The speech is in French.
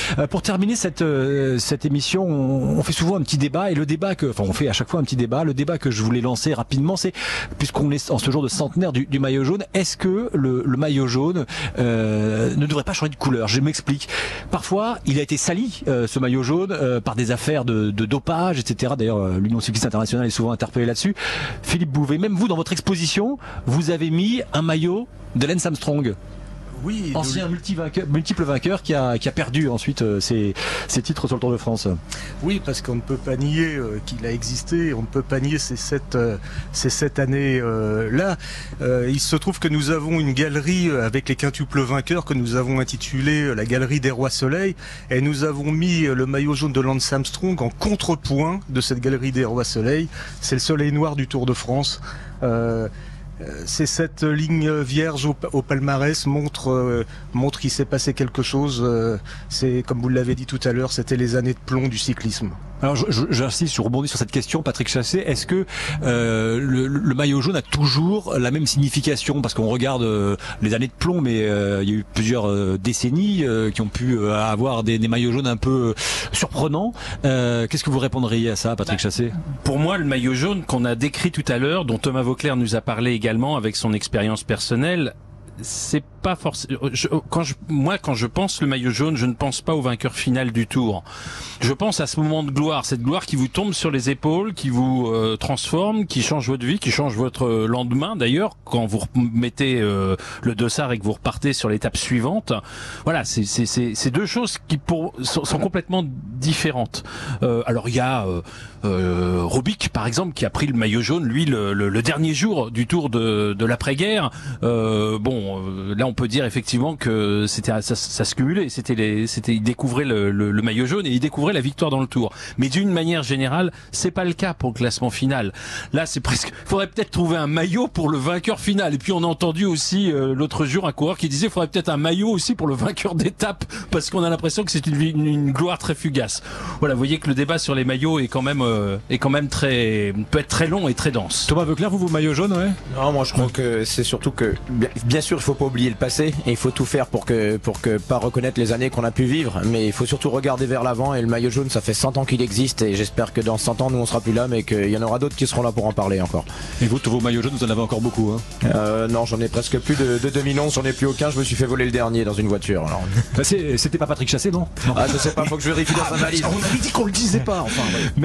Pour terminer cette émission, on fait souvent un petit débat, et le débat on fait à chaque fois un petit débat. Le débat que je voulais lancer rapidement, c'est, puisqu'on est en ce jour de centenaire du maillot jaune, est-ce que le maillot jaune ne devrait pas changer de couleur? Je m'explique. Parfois, il a été sali, ce maillot jaune, par des affaires de dopage, etc. D'ailleurs, l'Union cycliste internationale est souvent interpellée là-dessus. Philippe Bouvet, même vous, dans votre exposition, vous avez mis un maillot de Lance Armstrong. Oui, ancien multiple vainqueur qui a perdu ensuite ses titres sur le Tour de France. Oui, parce qu'on ne peut pas nier qu'il a existé, on ne peut pas nier ces sept années-là. Il se trouve que nous avons une galerie avec les quintuples vainqueurs que nous avons intitulée la Galerie des Rois Soleil, et nous avons mis le maillot jaune de Lance Armstrong en contrepoint de cette Galerie des Rois Soleil. C'est le soleil noir du Tour de France. C'est cette ligne vierge au palmarès montre qu'il s'est passé quelque chose. C'est, comme vous l'avez dit tout à l'heure, c'était les années de plomb du cyclisme. Alors j'insiste, je rebondis sur cette question, Patrick Chassé. Est-ce que le maillot jaune a toujours la même signification? Parce qu'on regarde les années de plomb, mais il y a eu plusieurs décennies qui ont pu avoir des maillots jaunes un peu surprenants. Qu'est-ce que vous répondriez à ça, Patrick Chassé? Pour moi, le maillot jaune qu'on a décrit tout à l'heure, dont Thomas Vauclair nous a parlé également avec son expérience personnelle, c'est pas forcément. Quand je pense le maillot jaune, je ne pense pas au vainqueur final du Tour. Je pense à ce moment de gloire, cette gloire qui vous tombe sur les épaules, qui vous transforme, qui change votre vie, qui change votre lendemain. D'ailleurs, quand vous mettez le dossard et que vous repartez sur l'étape suivante, voilà, c'est deux choses qui sont complètement différentes. Alors il y a Robic, par exemple, qui a pris le maillot jaune, lui, le dernier jour du Tour de l'après-guerre. Là on peut dire effectivement que ça se cumulait, il découvrait le maillot jaune et il découvrait la victoire dans le Tour. Mais d'une manière générale, c'est pas le cas pour le classement final. Là, c'est presque, faudrait peut-être trouver un maillot pour le vainqueur final. Et puis on a entendu aussi l'autre jour un coureur qui disait, faudrait peut-être un maillot aussi pour le vainqueur d'étape, parce qu'on a l'impression que c'est une gloire très fugace. Voilà, vous voyez que le débat sur les maillots est quand même peut être très long et très dense. Thomas Veuclair, vous maillot jaune, ouais? Non, moi je crois que c'est surtout que bien sûr il faut pas oublier le passé et il faut tout faire pour que pas reconnaître les années qu'on a pu vivre, mais il faut surtout regarder vers l'avant, et le maillot jaune, ça fait 100 ans qu'il existe, et j'espère que dans 100 ans nous on sera plus là, mais qu'il y en aura d'autres qui seront là pour en parler encore. Et vous, tous vos maillots jaunes, vous en avez encore beaucoup, hein? Non, j'en ai presque plus de 2011, j'en ai plus aucun, je me suis fait voler le dernier dans une voiture. Alors. C'était pas Patrick Chassé, non? Ah, je sais pas, faut que je vérifie dans sa valise. On avait dit qu'on le disait pas, enfin. Ouais.